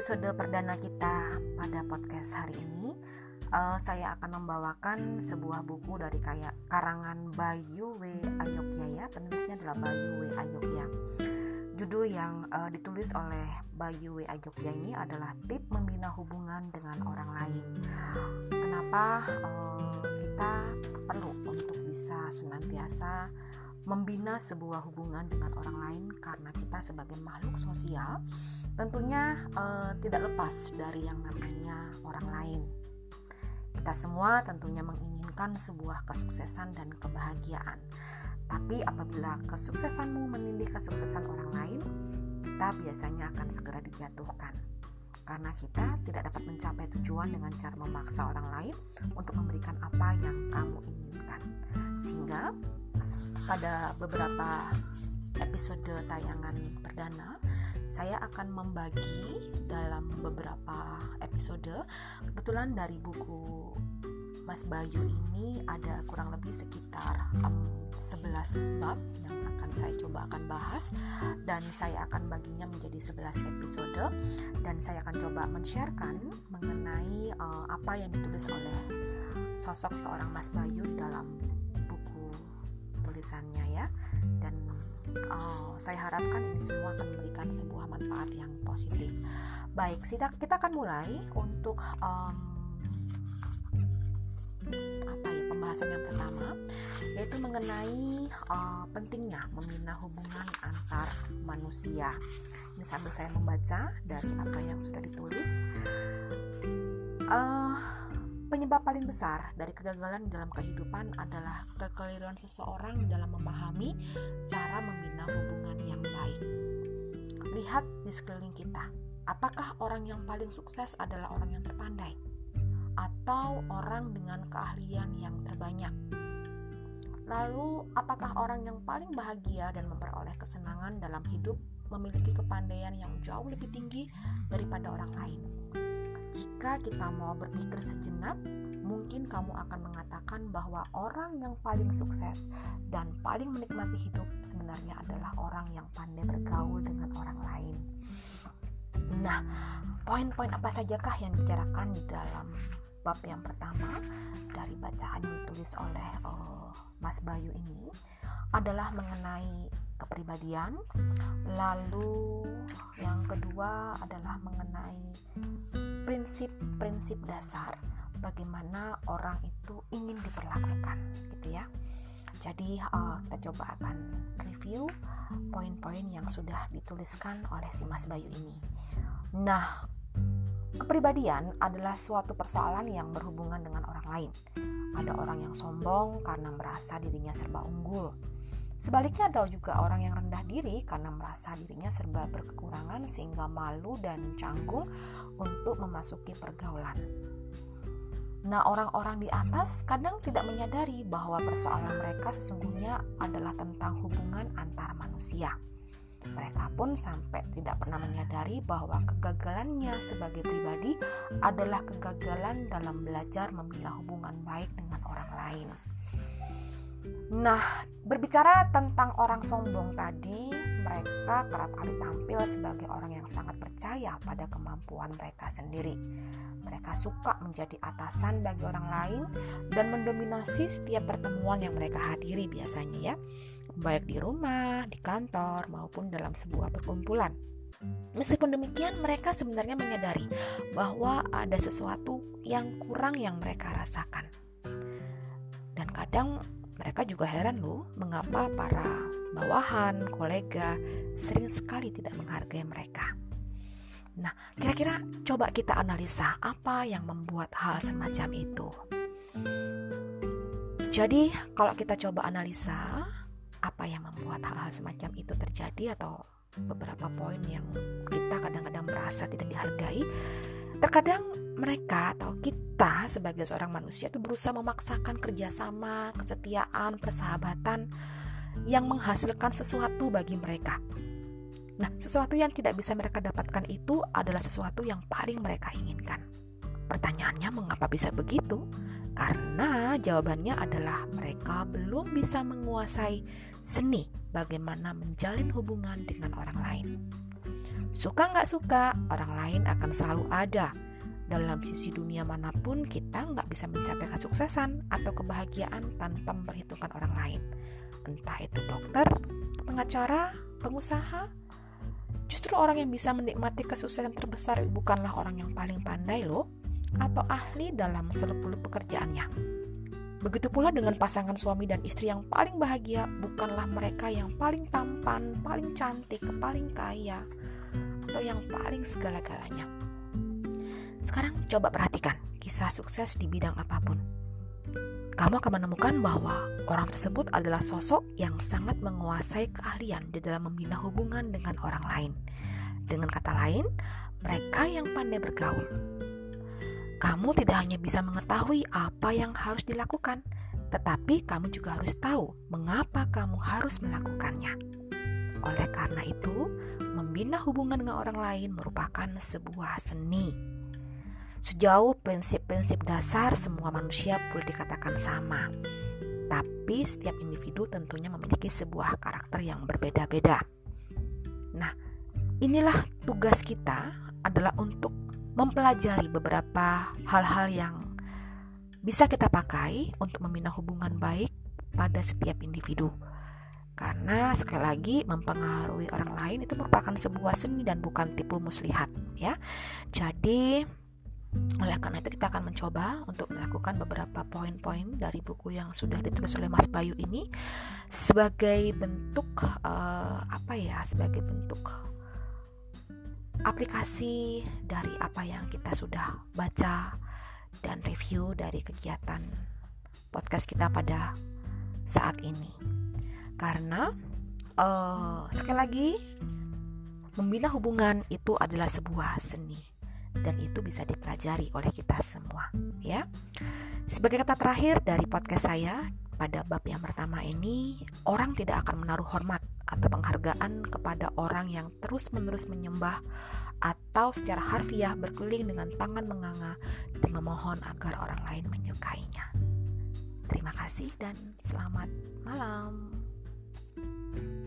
episode perdana kita pada podcast hari ini, saya akan membawakan sebuah buku dari karangan Bayu W. Ayokya ya. Penulisnya adalah Bayu W. Ayokya. Judul yang ditulis oleh Bayu W. Ayokya ini adalah Tip Membina Hubungan dengan Orang Lain. Kenapa kita perlu untuk bisa senantiasa membina sebuah hubungan dengan orang lain? Karena kita sebagai makhluk sosial tentunya tidak lepas dari yang namanya orang lain. Kita semua tentunya menginginkan sebuah kesuksesan dan kebahagiaan. Tapi apabila kesuksesanmu menindih kesuksesan orang lain, kita biasanya akan segera dijatuhkan. Karena kita tidak dapat mencapai tujuan dengan cara memaksa orang lain untuk memberikan apa yang kamu inginkan. Sehingga pada beberapa episode tayangan perdana, saya akan membagi dalam beberapa episode. Kebetulan dari buku Mas Bayu ini ada kurang lebih sekitar 11 bab yang akan saya coba bahas, dan saya akan baginya menjadi 11 episode, dan saya akan coba men-sharekan mengenai apa yang ditulis oleh sosok seorang Mas Bayu dalam buku tulisannya ya. Dan saya harapkan ini semua akan memberikan sebuah manfaat yang positif. Baik, kita akan mulai untuk pembahasan yang pertama, yaitu mengenai pentingnya membina hubungan antar manusia. Ini sambil saya membaca dari apa yang sudah ditulis. Penyebab paling besar dari kegagalan dalam kehidupan adalah kekeliruan seseorang dalam memahami cara membina hubungan yang baik. Lihat di sekeliling kita, apakah orang yang paling sukses adalah orang yang terpandai atau orang dengan keahlian yang terbanyak? Lalu, apakah orang yang paling bahagia dan memperoleh kesenangan dalam hidup memiliki kepandaian yang jauh lebih tinggi daripada orang lain? Jika kita mau berpikir sejenak, mungkin kamu akan mengatakan bahwa orang yang paling sukses dan paling menikmati hidup sebenarnya adalah orang yang pandai bergaul dengan orang lain. Nah, poin-poin apa sajakah yang dibicarakan di dalam bab yang pertama dari bacaan yang ditulis oleh Mas Bayu ini adalah mengenai kepribadian. Lalu yang kedua adalah mengenai prinsip-prinsip dasar bagaimana orang itu ingin diperlakukan, gitu ya. Jadi kita coba akan review poin-poin yang sudah dituliskan oleh si Mas Bayu ini. Nah, kepribadian adalah suatu persoalan yang berhubungan dengan orang lain. Ada orang yang sombong karena merasa dirinya serba unggul. Sebaliknya ada juga orang yang rendah diri karena merasa dirinya serba berkekurangan sehingga malu dan canggung untuk memasuki pergaulan. Nah, orang-orang di atas kadang tidak menyadari bahwa persoalan mereka sesungguhnya adalah tentang hubungan antar manusia. Mereka pun sampai tidak pernah menyadari bahwa kegagalannya sebagai pribadi adalah kegagalan dalam belajar membina hubungan baik dengan orang lain. Nah, berbicara tentang orang sombong tadi, mereka kerap kali tampil sebagai orang yang sangat percaya pada kemampuan mereka sendiri. Mereka suka menjadi atasan bagi orang lain dan mendominasi setiap pertemuan yang mereka hadiri biasanya ya, baik di rumah, di kantor, maupun dalam sebuah perkumpulan. Meskipun demikian, mereka sebenarnya menyadari bahwa ada sesuatu yang kurang yang mereka rasakan. Dan kadang mereka juga heran loh, mengapa para bawahan, kolega sering sekali tidak menghargai mereka. Nah, kira-kira coba kita analisa apa yang membuat hal semacam itu. Jadi, kalau kita coba analisa apa yang membuat hal-hal semacam itu terjadi, atau beberapa poin yang kita kadang-kadang merasa tidak dihargai, terkadang mereka atau kita sebagai seorang manusia itu berusaha memaksakan kerjasama, kesetiaan, persahabatan yang menghasilkan sesuatu bagi mereka. Nah, sesuatu yang tidak bisa mereka dapatkan itu adalah sesuatu yang paling mereka inginkan. Pertanyaannya, mengapa bisa begitu? Karena jawabannya adalah mereka belum bisa menguasai seni bagaimana menjalin hubungan dengan orang lain. Suka nggak suka, orang lain akan selalu ada. Dalam sisi dunia manapun, kita nggak bisa mencapai kesuksesan atau kebahagiaan tanpa memperhitungkan orang lain. Entah itu dokter, pengacara, pengusaha. Justru orang yang bisa menikmati kesuksesan terbesar bukanlah orang yang paling pandai loh, atau ahli dalam seluk-beluk pekerjaannya. Begitu pula dengan pasangan suami dan istri yang paling bahagia bukanlah mereka yang paling tampan, paling cantik, paling kaya, atau yang paling segala-galanya. Sekarang coba perhatikan kisah sukses di bidang apapun. Kamu akan menemukan bahwa orang tersebut adalah sosok yang sangat menguasai keahlian di dalam membina hubungan dengan orang lain. Dengan kata lain, mereka yang pandai bergaul. Kamu tidak hanya bisa mengetahui apa yang harus dilakukan, tetapi kamu juga harus tahu mengapa kamu harus melakukannya. Oleh karena itu, membina hubungan dengan orang lain merupakan sebuah seni. Sejauh prinsip-prinsip dasar semua manusia boleh dikatakan sama, tapi setiap individu tentunya memiliki sebuah karakter yang berbeda-beda. Nah, inilah tugas kita adalah untuk mempelajari beberapa hal-hal yang bisa kita pakai untuk membina hubungan baik pada setiap individu. Karena sekali lagi mempengaruhi orang lain itu merupakan sebuah seni dan bukan tipu muslihat, ya. Jadi oleh karena itu kita akan mencoba untuk melakukan beberapa poin-poin dari buku yang sudah ditulis oleh Mas Bayu ini sebagai bentuk sebagai bentuk aplikasi dari apa yang kita sudah baca dan review dari kegiatan podcast kita pada saat ini. Karena sekali lagi membina hubungan itu adalah sebuah seni dan itu bisa dipelajari oleh kita semua, ya. Sebagai kata terakhir dari podcast saya pada bab yang pertama ini, orang tidak akan menaruh hormat atau penghargaan kepada orang yang terus-menerus menyembah atau secara harfiah berkeliling dengan tangan menganga dan memohon agar orang lain menyukainya. Terima kasih dan selamat malam.